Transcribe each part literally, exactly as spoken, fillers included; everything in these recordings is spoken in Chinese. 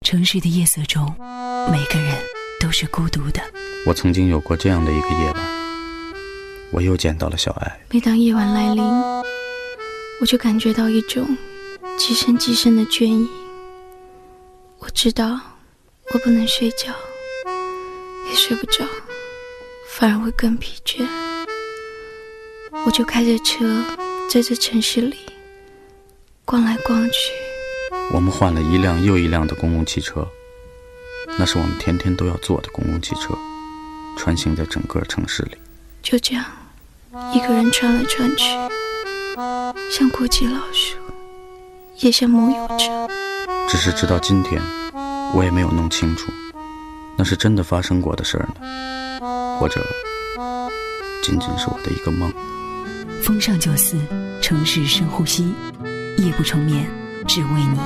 城市的夜色中，每个人都是孤独的。 我曾经有过这样的一个夜晚，我又见到了小爱。 每当夜晚来临，我就感觉到一种极深极深的倦意。我知道我不能睡觉，也睡不着，反而会更疲倦。我就开着车在这城市里逛来逛去。 我们换了一辆又一辆的公共汽车，那是我们天天都要坐的公共汽车，穿行在整个城市里。 就这样一个人穿来穿去，像过街老鼠，也像梦游者。 只是直到今天，我也没有弄清楚，那是真的发生过的事儿呢，或者仅仅是我的一个梦。 风尚九四，城市深呼吸，夜不成眠，只为你。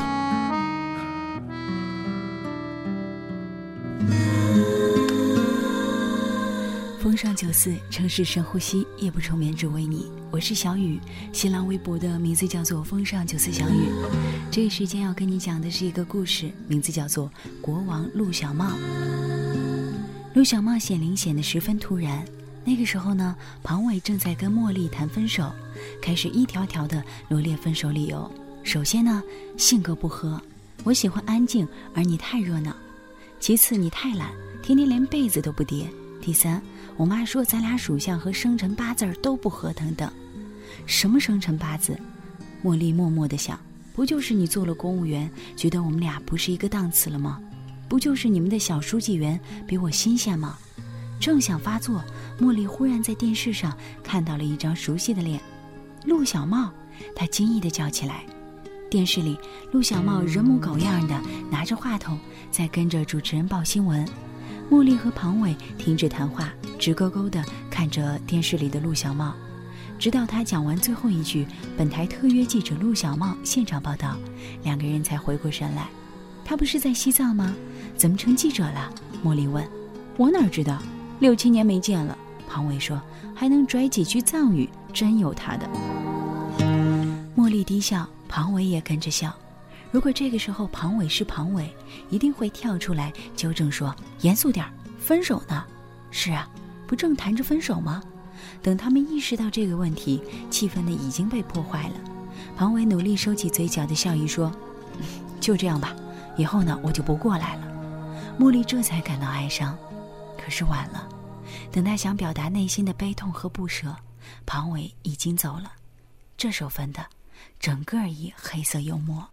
风尚九四，城市深呼吸，夜不成眠，只为你。我是小雨，新浪微博的名字叫做风尚九四小雨。这个时间要跟你讲的是一个故事，名字叫做国王陆小茂。陆小茂显灵显得十分突然。那个时候呢，庞伟正在跟茉莉谈分手，开始一条条的罗列分手理由。首先呢，性格不合，我喜欢安静，而你太热闹。其次，你太懒，天天连被子都不叠。第三，我妈说咱俩属相和生辰八字都不合等等。什么生辰八字？茉莉默默地想，不就是你做了公务员，觉得我们俩不是一个档次了吗？不就是你们的小书记员比我新鲜吗？正想发作，茉莉忽然在电视上看到了一张熟悉的脸，陆小茂。她惊异地叫起来。电视里，陆小茂人模狗样的拿着话筒，在跟着主持人报新闻。茉莉和庞伟停止谈话，直勾勾地看着电视里的陆小茂，直到他讲完最后一句本台特约记者陆小茂现场报道，两个人才回过神来。他不是在西藏吗？怎么成记者了？茉莉问。我哪知道，六七年没见了。庞伟说，还能拽几句藏语，真有他的。茉莉低笑，庞伟也跟着笑。如果这个时候庞伟是庞伟，一定会跳出来纠正说，严肃点，分手呢？是啊，不正谈着分手吗？等他们意识到这个问题，气氛的已经被破坏了。庞伟努力收起嘴角的笑意说，就这样吧，以后呢我就不过来了。茉莉这才感到哀伤，可是晚了。等他想表达内心的悲痛和不舍，庞伟已经走了。这首分的整个以黑色幽默。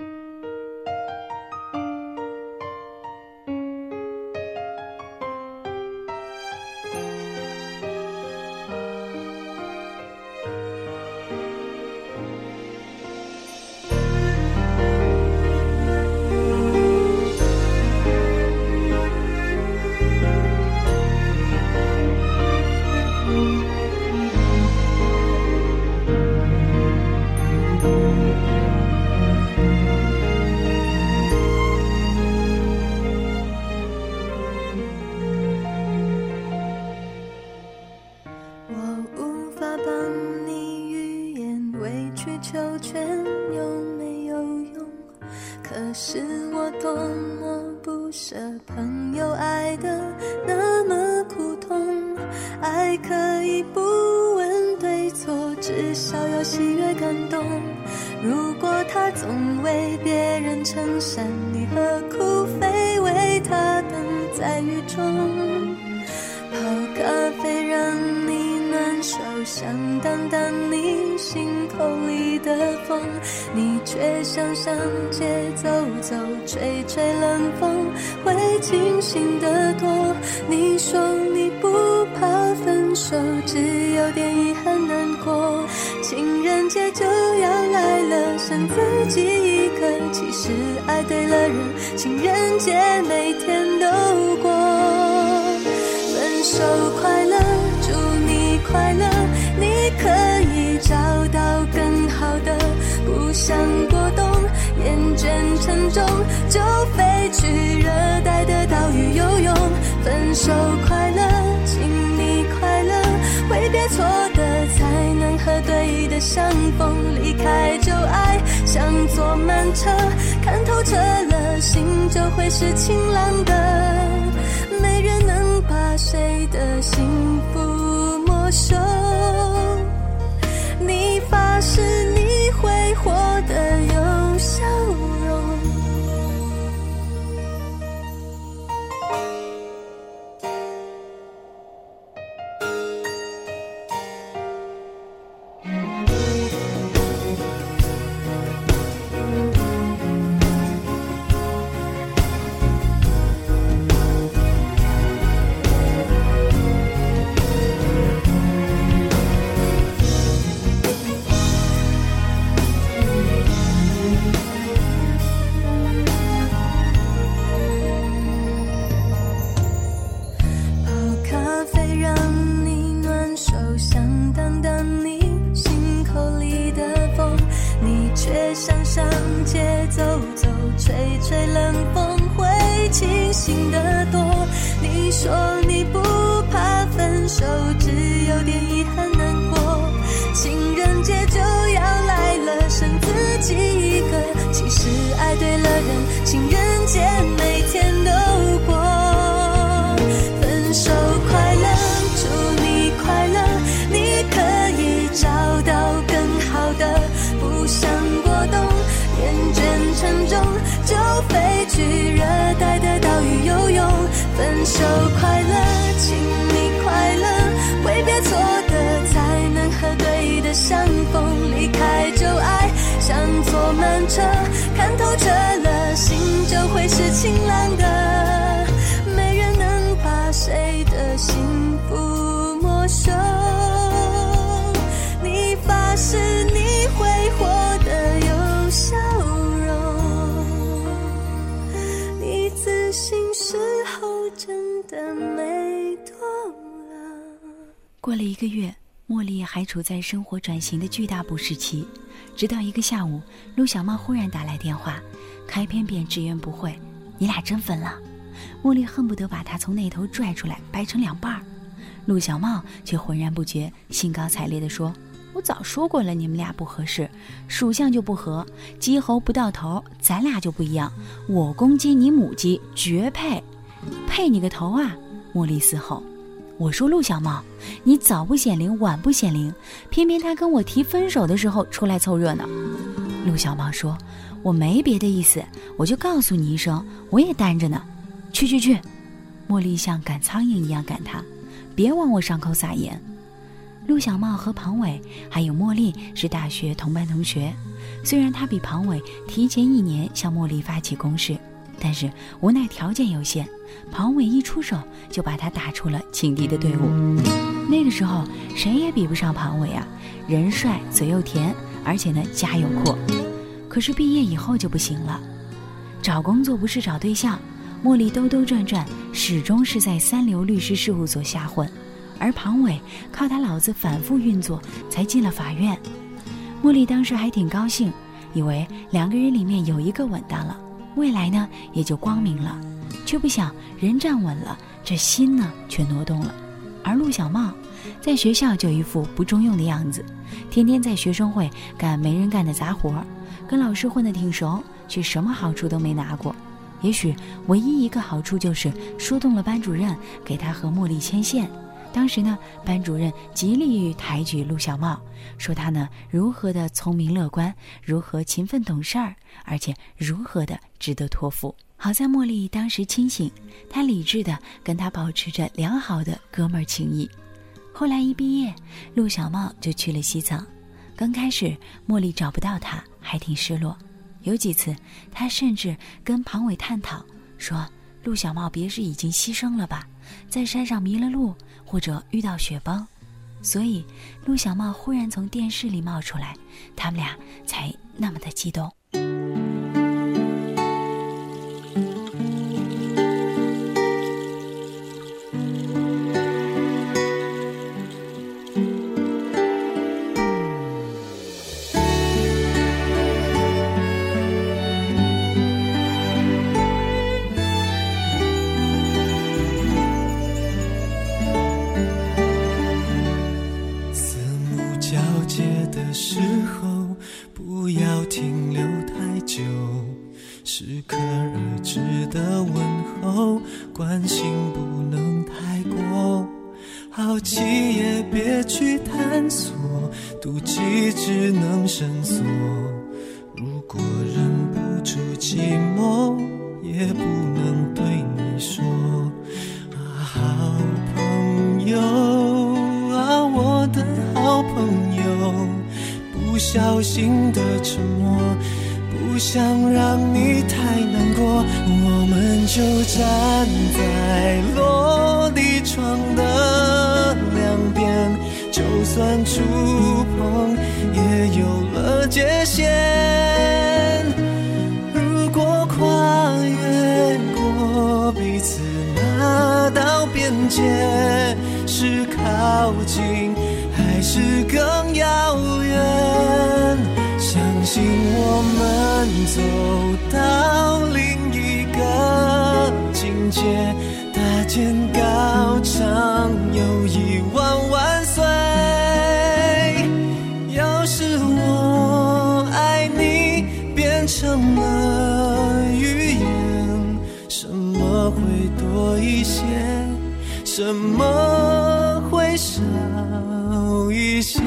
求全有没有用？可是我多么不舍朋友爱的那么苦痛，爱可以不问对错，至少要喜悦感动。如果他总为别人撑伞，你何苦非为他等在雨中？泡咖啡让你暖手，想挡挡你心口里的风，你却想上街走走，吹吹冷风，会清醒得多。你说你不怕分手，只有点遗憾难过。情人节就要来了，剩自己一个，其实爱对了人，情人节每天都过。分手快乐，祝你快乐，你可以找到更好的，不想过冬，厌倦沉重，就飞去热带的岛屿游泳。分手快乐，请你快乐，挥别错的才能和对的相逢，离开旧爱，相坐慢车，看透彻了，心就会是晴朗的。没人能把谁的幸福没收，你发誓你会活得有笑容。想上街走走，吹吹冷风会清醒得多。你说你不怕分手，只有点遗憾难过。情人节就要来了，剩自己一个。其实爱对了人，情人节每天都过。分手快乐，祝你快乐，你可以找到更好的。不想过冬，厌倦沉重，就飞去热带的岛屿游泳。分手快乐，请你快乐，挥别错的，才能和对的相逢。离开旧爱，像坐慢车，看透彻了，心就会是晴朗的。没人能把谁的幸福没收，你发誓你会活得有笑容，你自信时候真的美多了。 过了一个月，茉莉还处在生活转型的巨大不适期，直到一个下午，陆小茂忽然打来电话，开篇便直言不讳：你俩真分了。茉莉恨不得把他从那头拽出来掰成两半儿，陆小茂却浑然不觉，兴高采烈地说：我早说过了，你们俩不合适，属相就不合，鸡猴不到头，咱俩就不一样，我公鸡你母鸡，绝配。配你个头啊！茉莉嘶吼。我说陆小茂，你早不显灵晚不显灵，偏偏他跟我提分手的时候出来凑热闹。陆小茂说：我没别的意思，我就告诉你一声，我也单着呢。去去去！茉莉像赶苍蝇一样赶他，别往我伤口撒盐。陆小茂和庞伟还有茉莉是大学同班同学，虽然他比庞伟提前一年向茉莉发起攻势，但是无奈条件有限，庞伟一出手就把他打出了情敌的队伍。那个时候谁也比不上庞伟啊，人帅嘴又甜，而且呢家又阔。可是毕业以后就不行了，找工作不是找对象，茉莉兜兜转转始终是在三流律师事务所瞎混，而庞伟靠他老子反复运作才进了法院。茉莉当时还挺高兴，以为两个人里面有一个稳当了，未来呢也就光明了，却不想人站稳了，这心呢却挪动了。而陆小茂在学校就一副不中用的样子，天天在学生会干没人干的杂活，跟老师混得挺熟，却什么好处都没拿过。也许唯一一个好处就是说动了班主任给他和茉莉牵线。当时呢，班主任极力于抬举陆小茂，说他呢如何的聪明乐观，如何勤奋懂事儿，而且如何的值得托付。好在茉莉当时清醒，她理智的跟他保持着良好的哥们儿情谊。后来一毕业，陆小茂就去了西藏。刚开始茉莉找不到他，还挺失落，有几次他甚至跟庞伟探讨说，陆小茂别是已经牺牲了吧，在山上迷了路，或者遇到雪崩。所以陆小茂忽然从电视里冒出来，他们俩才那么的激动。 的时候不要停留太有，关心不能太过，好奇也别去探索，妒忌只能深锁。如果忍不住寂寞，也不能对你说啊，好朋友啊，我的好朋友，不小心的沉默，不想让你太难过，我们就站在落地窗的两边，就算触碰也有了界限。如果跨越过彼此那道边界，是靠近还是更遥远？相信我们走到另一个境界，搭建高唱友谊万万岁。要是我爱你变成了语言，什么会多一些，什么会少一些？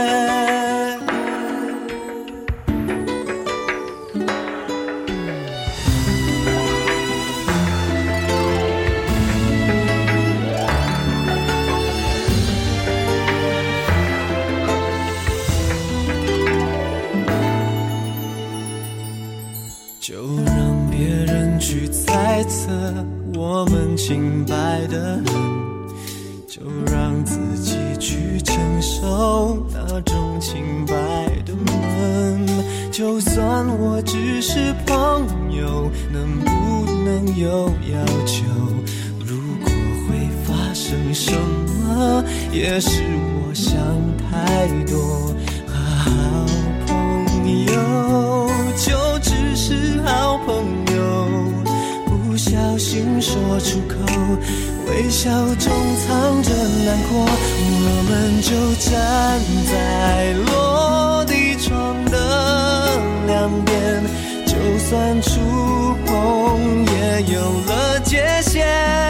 就让别人去猜测我们清白的很，就让自己去承受那种清白的闷。就算我只是朋友，能不能有要求？如果会发生什么，也是我想太多。好朋友就只是好朋友，不小心说出口，微笑中藏着难过，我们就站在落地窗的两边，就算触碰也有了界限。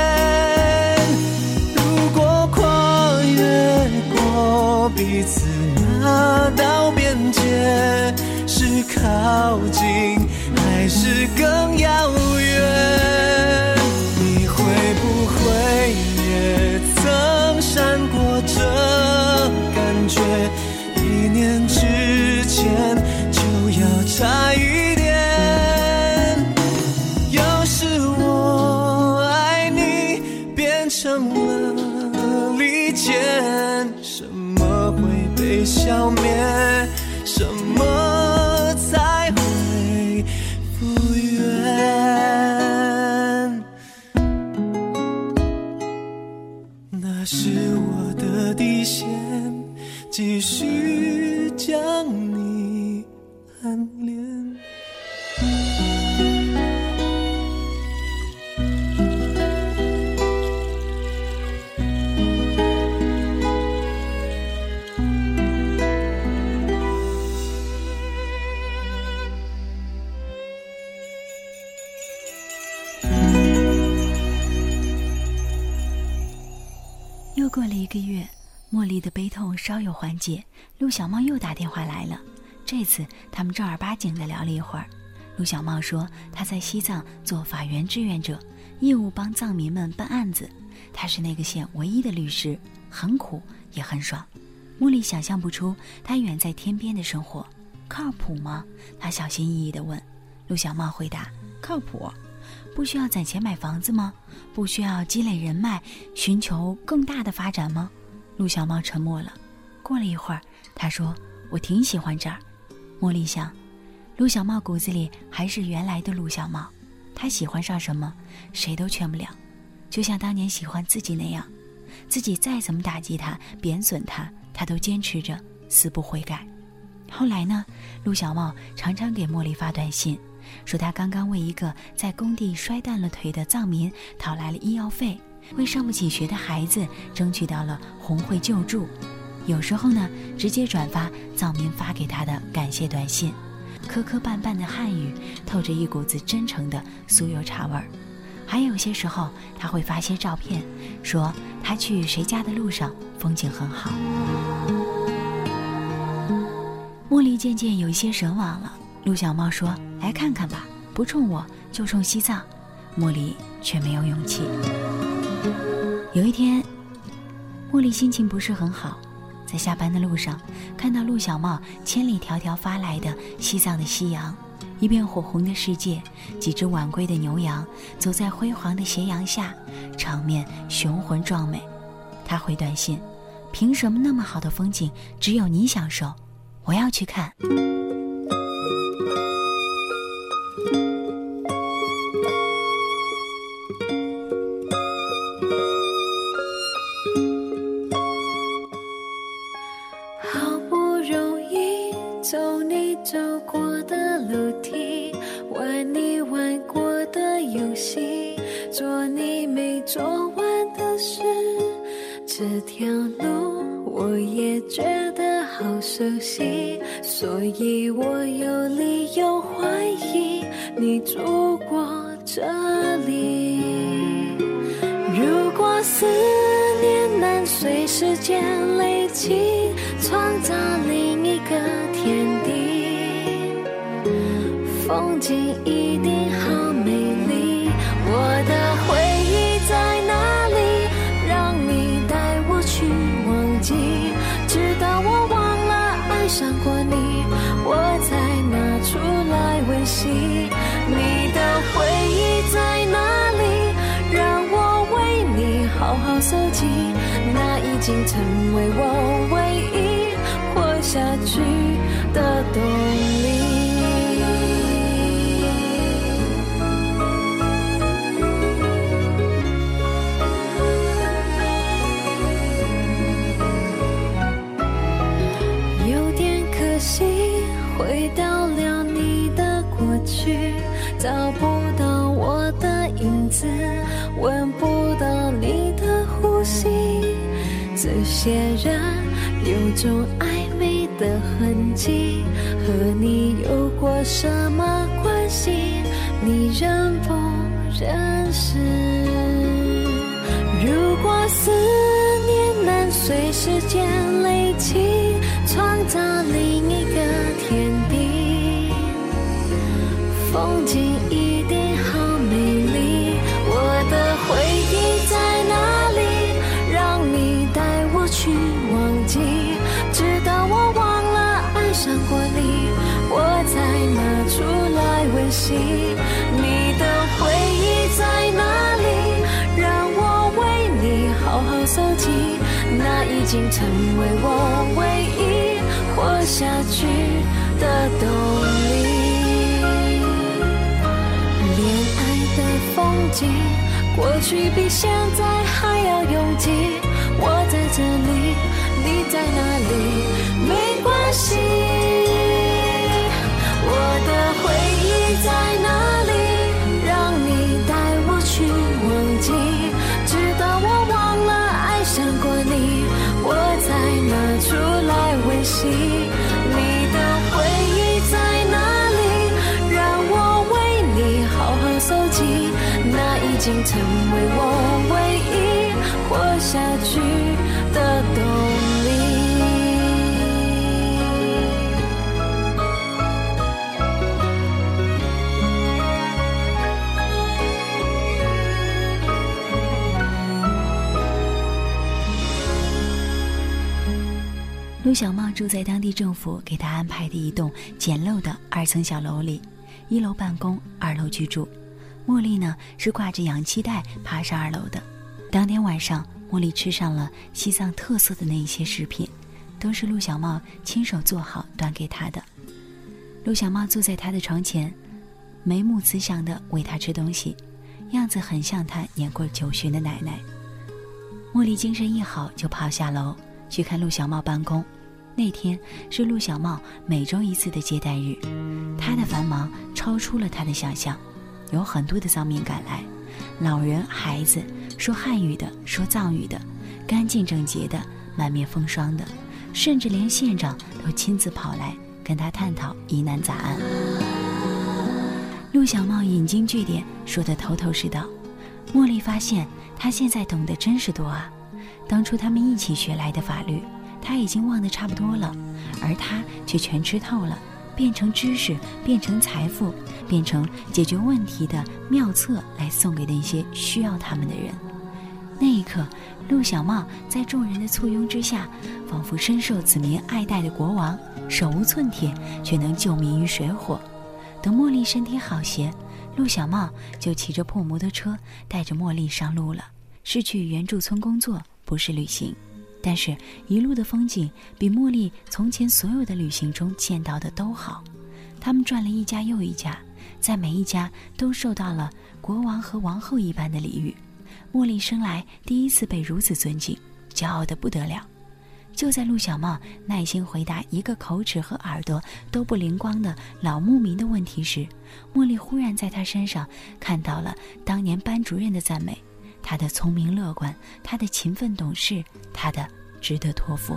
如果跨越过彼此那道边界，是靠近还是更遥远？你会不会也曾闪过这感觉？一念之间就要差一点。要是我爱你变成了利剑，什么会被消灭？什么才会复原？那是我的底线，继续将你暗恋。 又过了一个月，茉莉的悲痛稍有缓解，陆小茂又打电话来了。这次他们正儿八经地聊了一会儿。陆小茂说他在西藏做法援志愿者，义务帮藏民们办案子，他是那个县唯一的律师，很苦也很爽。茉莉想象不出他远在天边的生活，靠谱吗？他小心翼翼地问。陆小茂回答，靠谱。不需要攒钱买房子吗？不需要积累人脉，寻求更大的发展吗？陆小茂沉默了。过了一会儿，他说，我挺喜欢这儿。茉莉想，陆小茂骨子里还是原来的陆小茂，他喜欢上什么谁都劝不了，就像当年喜欢自己那样，自己再怎么打击他贬损他，他都坚持着死不悔改。后来呢，陆小茂常常给茉莉发短信，说他刚刚为一个在工地摔断了腿的藏民讨来了医药费，为上不起学的孩子争取到了红会救助。有时候呢，直接转发藏民发给他的感谢短信，磕磕绊绊的汉语透着一股子真诚的酥油茶味儿。 还有些时候他会发些照片，说他去谁家的路上风景很好。茉莉渐渐有一些神往了，陆小茂说来看看吧，不冲我就冲西藏。茉莉却没有勇气。有一天茉莉心情不是很好，在下班的路上看到陆小茂千里迢迢发来的西藏的夕阳，一片火红的世界，几只晚归的牛羊走在辉煌的斜阳下，场面雄浑壮美。他回短信，凭什么那么好的风景只有你享受，我要去看。 好不容易走你走过的楼梯，玩你玩过的游戏，做你没做完的事，这条路我也觉得好熟悉，所以我有理由怀疑你住过这里。如果思念能随时间累积，创造另一个天地，风景一定好美丽。我的回忆在哪里？让你带我去忘记，直到我忘了爱上过你，我才拿出来温习。你的回忆在哪里？让我为你好好搜集，那已经成为我唯一活下去的动力。有点可惜，回到了你的过去，找不到我的影子，闻不到你的呼吸，这些人有种暧昧的痕迹，和你有过什么关系？你认不认识？如果思念能随时间累积，创造另一个天地，风景一定好美丽。我的回忆在哪里？让你带我去忘记，直到我忘了爱上过你，我才拿出来温习。你的回忆在哪里？让我为你好好搜集，那已经成为我唯一活下去的动力。恋爱的风景，过去比现在还要拥挤。我在这里，你在哪里？没关系。我的回忆在哪里？让你带我去忘记，直到我忘了爱上过你，我才拿出来温习。你的回忆在哪里？让我为你好好搜集，那已经成为我唯一活下去的动力。 陆小茂住在当地政府给他安排的一栋简陋的二层小楼里，一楼办公，二楼居住。茉莉呢是挂着氧气袋爬上二楼的。当天晚上，茉莉吃上了西藏特色的那一些食品，都是陆小茂亲手做好端给她的。陆小茂坐在她的床前，眉目慈祥地喂她吃东西，样子很像她年过九旬的奶奶。茉莉精神一好就跑下楼去看陆小茂办公。那天是陆小茂每周一次的接待日，他的繁忙超出了他的想象，有很多的藏民赶来，老人孩子，说汉语的，说藏语的，干净整洁的，满面风霜的，甚至连县长都亲自跑来跟他探讨疑难杂案。陆小茂引经据典，说得头头是道， 茉莉发现她现在懂得真是多啊，当初他们一起学来的法律她已经忘得差不多了，而她却全吃透了，变成知识，变成财富，变成解决问题的妙策来送给那些需要他们的人。那一刻，陆小茂在众人的簇拥之下，仿佛深受子民爱戴的国王，手无寸铁却能救民于水火。等茉莉身体好些，陆小茂就骑着破摩托车带着茉莉上路了，是去原住村工作，不是旅行。但是一路的风景比茉莉从前所有的旅行中见到的都好。他们转了一家又一家，在每一家都受到了国王和王后一般的礼遇。茉莉生来第一次被如此尊敬，骄傲得不得了。就在陆小茂耐心回答一个口齿和耳朵都不灵光的老牧民的问题时，茉莉忽然在他身上看到了当年班主任的赞美，他的聪明乐观，他的勤奋懂事，他的值得托付。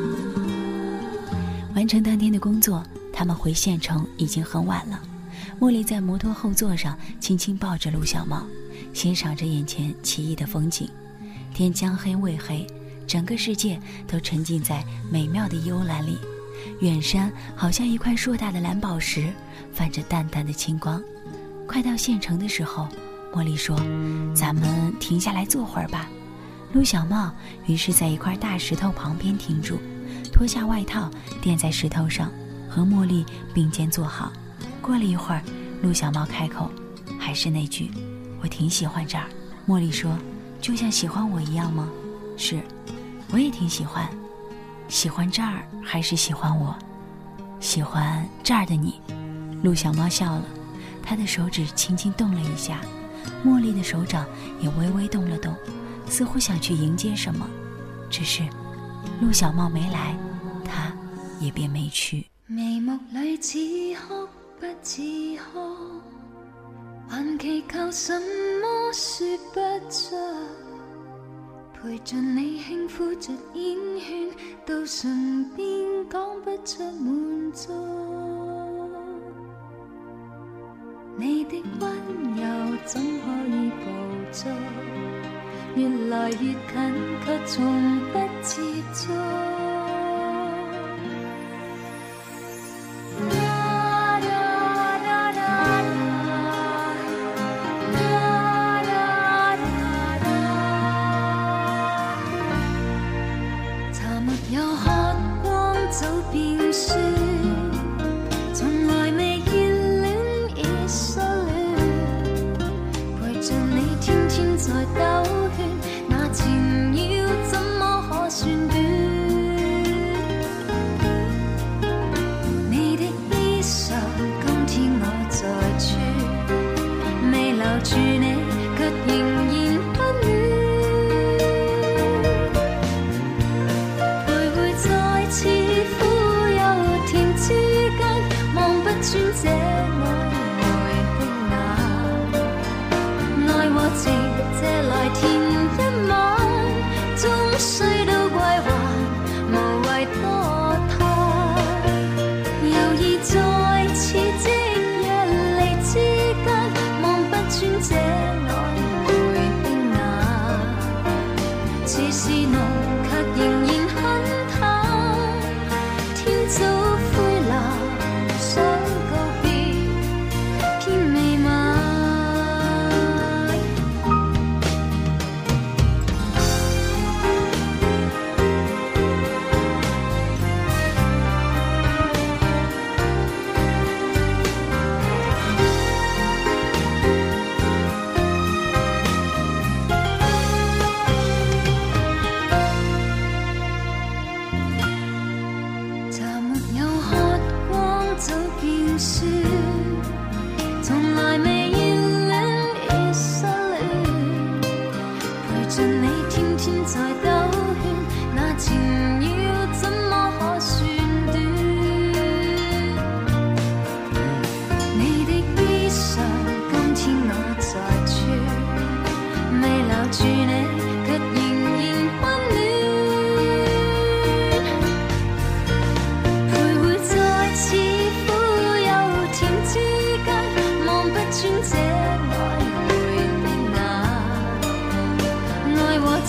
完成当天的工作，他们回县城已经很晚了。茉莉在摩托后座上轻轻抱着陆小茂，欣赏着眼前奇异的风景。天将黑未黑，整个世界都沉浸在美妙的幽蓝里，远山好像一块硕大的蓝宝石，泛着淡淡的清光。快到县城的时候，茉莉说：“咱们停下来坐会儿吧。”陆小茂于是在一块大石头旁边停住，脱下外套垫在石头上，和茉莉并肩坐好。过了一会儿，陆小茂开口，还是那句：“我挺喜欢这儿。”茉莉说：“就像喜欢我一样吗？”“是，我也挺喜欢。喜欢这儿还是喜欢我？”“喜欢这儿的你。”陆小茂笑了，他的手指轻轻动了一下，茉莉的手掌也微微动了动，似乎想去迎接什么，只是陆小茂没来，他也便没去。 眉目里似哭不似哭，还祈求什么说不出，陪着你轻抚着煙圈，到唇邊講不出滿足。你的溫柔怎可以捕捉？越來越近，卻從不接觸。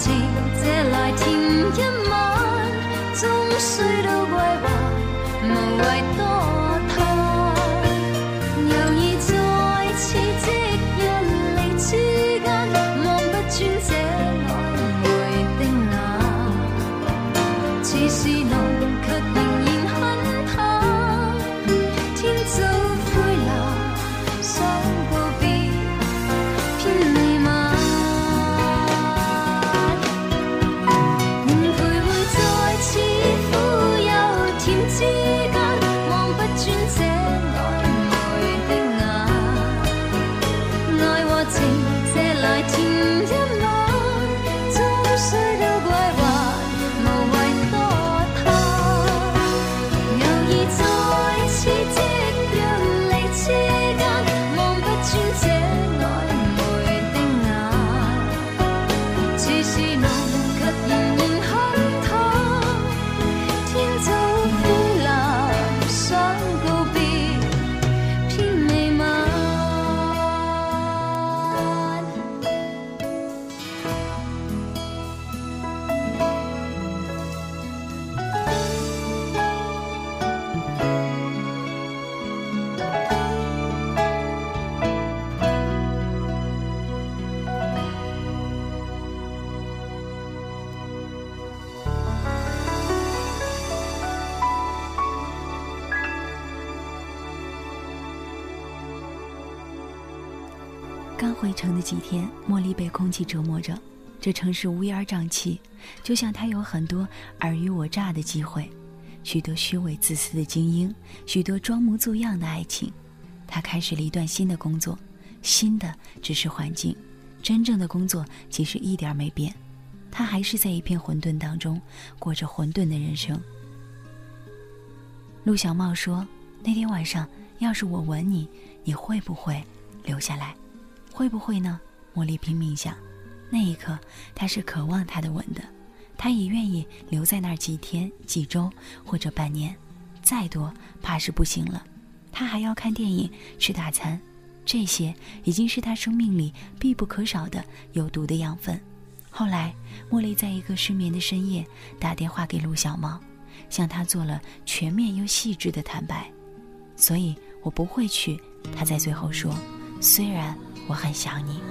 情借来甜一晚，终睡到归还，无谓多叹。犹疑在此即一离之间，望不穿这曖昧的眼，似是浓却仍然很淡。天早灰藍，想告別偏未晚。仍徘徊在似苦又甜之間，望不穿這曖昧的眼。愛和情借來甜一晚，終須到歸還，無謂多嘆。猶疑在此即若離之間，望不穿這曖昧的眼，似是濃卻仍然很淡。天早灰藍，想告別偏未晚。 刚回城的几天，茉莉被空气折磨着。这城市乌烟瘴气，就像她有很多尔虞我诈的机会，许多虚伪自私的精英，许多装模作样的爱情。她开始了一段新的工作，新的只是环境，真正的工作其实一点没变。她还是在一片混沌当中过着混沌的人生。陆小茂说，那天晚上要是我吻你，你会不会留下来？会不会呢？茉莉拼命想。那一刻她是渴望他的吻的，她也愿意留在那儿几天几周或者半年，再多怕是不行了。她还要看电影吃大餐，这些已经是她生命里必不可少的有毒的养分。后来茉莉在一个失眠的深夜打电话给陆小茂，向他做了全面又细致的坦白。所以我不会去，他在最后说，虽然我很想你。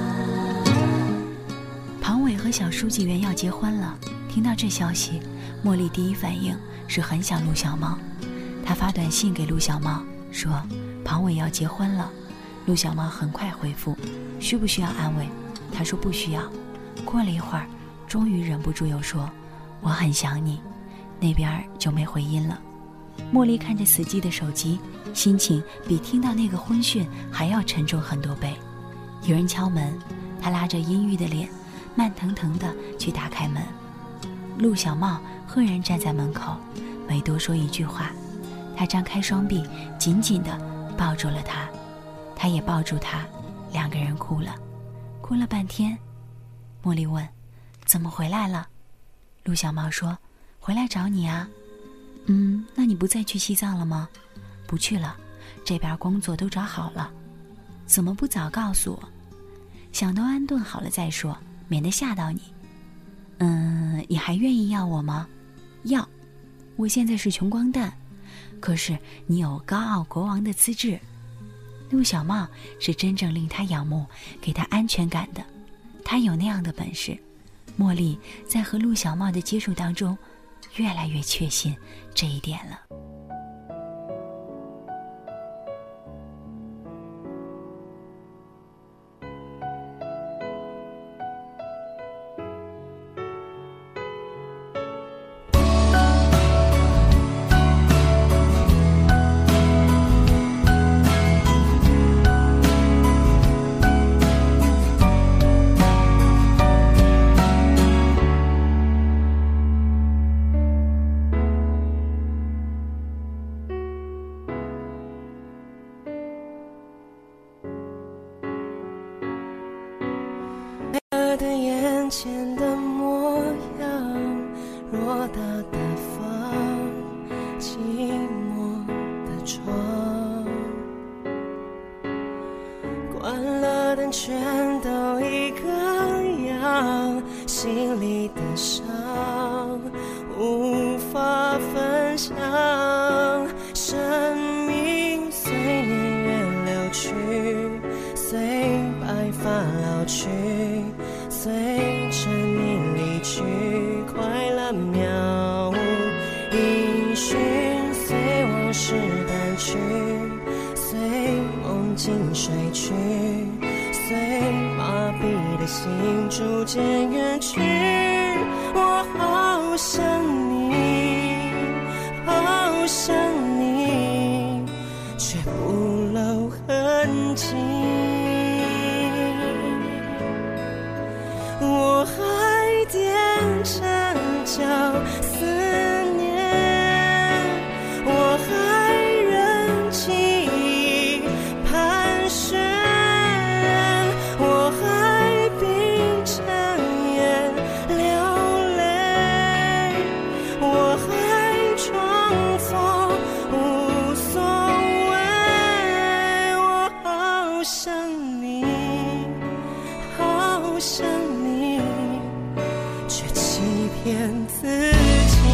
庞伟和小书记员要结婚了，听到这消息，茉莉第一反应是很想陆小茂。她发短信给陆小茂说庞伟要结婚了。陆小茂很快回复，需不需要安慰？他说不需要。过了一会儿，终于忍不住又说我很想你，那边就没回音了。茉莉看着死机的手机，心情比听到那个婚讯还要沉重很多倍。有人敲门，她拉着阴郁的脸，慢腾腾地去打开门。陆小茂赫然站在门口，没多说一句话。他张开双臂，紧紧地抱住了她，他也抱住她，两个人哭了，哭了半天。茉莉问，怎么回来了？陆小茂说，回来找你啊。嗯，那你不再去西藏了吗？不去了，这边工作都找好了。怎么不早告诉我？想都安顿好了再说，免得吓到你。嗯，你还愿意要我吗？要。我现在是穷光蛋，可是你有高傲国王的资质。陆小茂是真正令他仰慕，给他安全感的，他有那样的本事。茉莉在和陆小茂的接触当中越来越确信这一点了。 的眼前的模样，偌大的房，寂寞的床，关了灯全都一个样， 心里的伤无法分享。生命随年月流去，随白发老去，随着你离去，快乐渺无音讯，随往事淡去，随梦境睡去，随麻痹的心逐渐远去。我好想你，好想你，却不露痕迹。我还踮着脚思念，我还忍记忆盘旋，我还闭着眼流泪，我还装作无所谓。我好想你，好想你，却欺骗自己。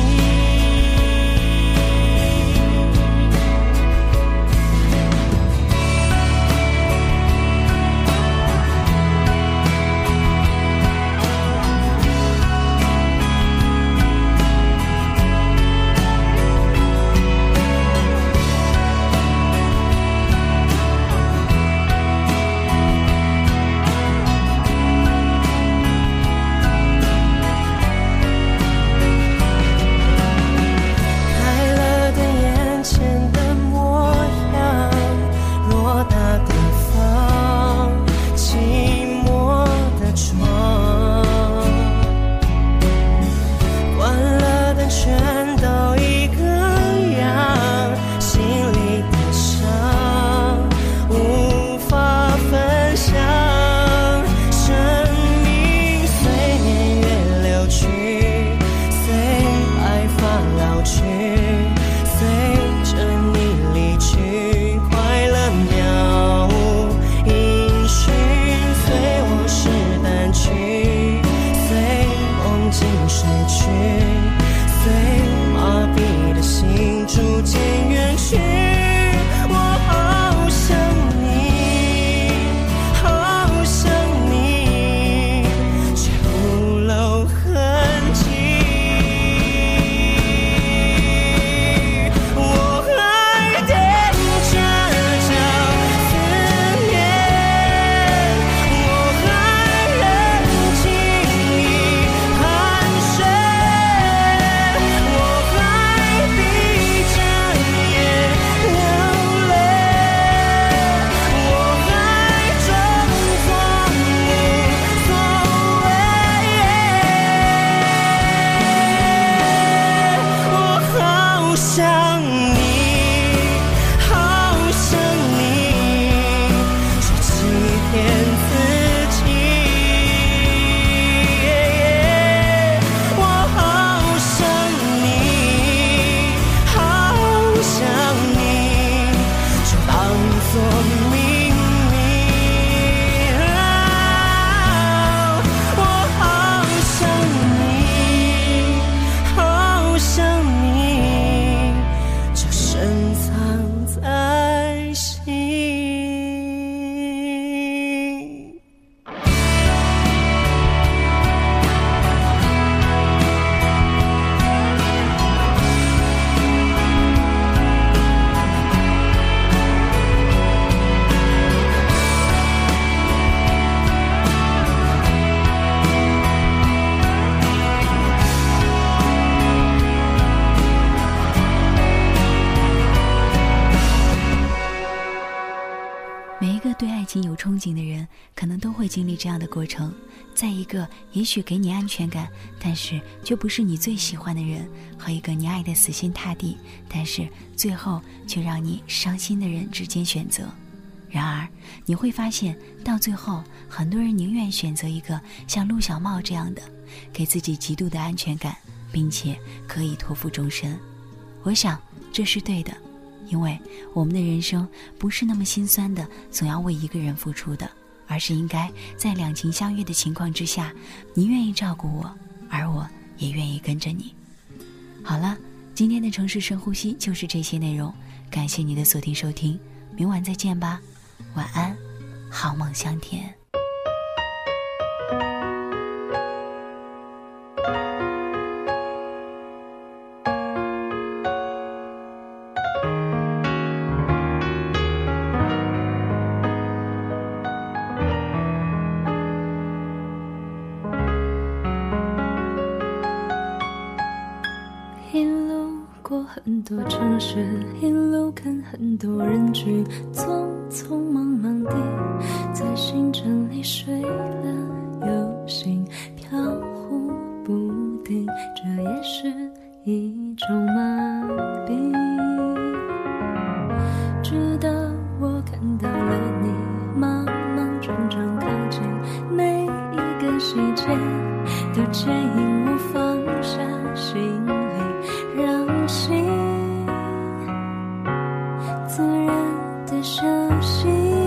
有憧憬的人可能都会经历这样的过程，在一个也许给你安全感但是却不是你最喜欢的人，和一个你爱的死心塌地但是最后却让你伤心的人之间选择。然而你会发现，到最后很多人宁愿选择一个像陆小茂这样的，给自己极度的安全感，并且可以托付终身。我想这是对的，因为我们的人生不是那么心酸的总要为一个人付出的， 而是应该在两情相悦的情况之下，你愿意照顾我，而我也愿意跟着你。好了，今天的城市深呼吸就是这些内容，感谢你的锁定收听，明晚再见吧，晚安，好梦香甜。 一路过很多城市，一路看很多人群，匆匆忙忙地在行程里睡了又醒，飘忽不定，这也是一种麻痹。直到我看到了你莽莽撞撞靠近，每一个细节都牵引我放下行李，让心自然的休息。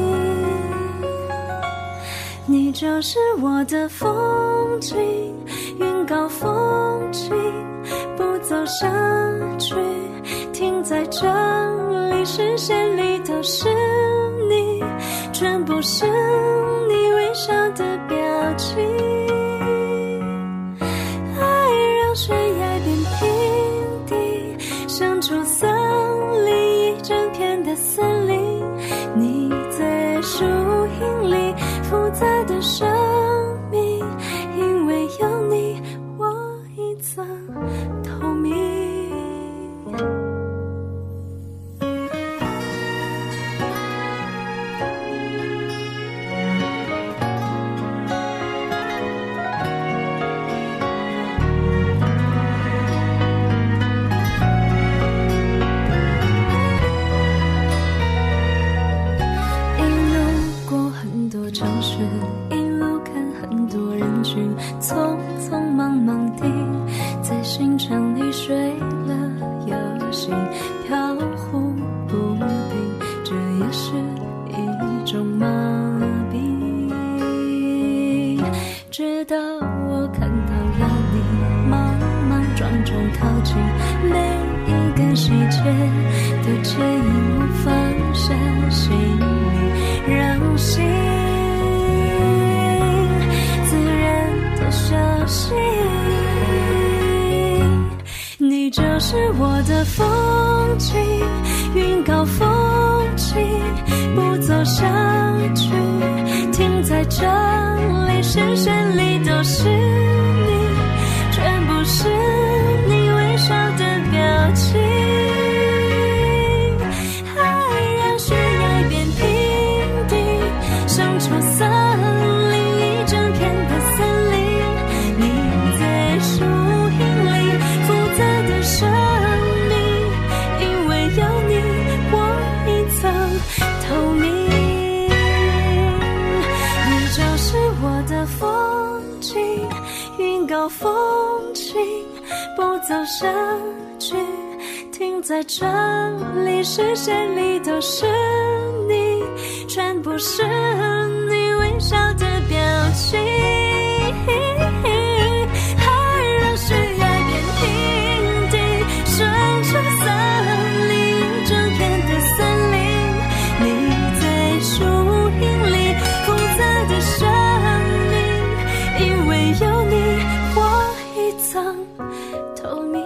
你就是我的风景，云高风轻，不走下去，停在这里，视线里都是你，全部是你微笑的表情。悬崖变平地，生出森林，一整片的森林。你在树荫里复杂的生命，因为有你，我一层透明。一路看很多人群，匆匆忙忙地在行程里睡了又醒，飘忽不定，这也是一种麻痹。直到我看到了你莽莽撞撞靠近，每一个细节都牵引我放下行李，让心休息。你就是我的风景，云高风轻，不走下去，停在这里，视线里都是你，全部是你微笑的表情。爱让悬崖变平地，生出森林，一整片的森林。树荫里复杂的生命，因为有你，我一层透明。你就是我的风景，云高风轻，不走下去，停在这里，视线里都是你，全部是你微笑的表情。悬崖变平地，生出森林，一整片的森林。你在树荫里复杂的生命，因为有你，我一层透明。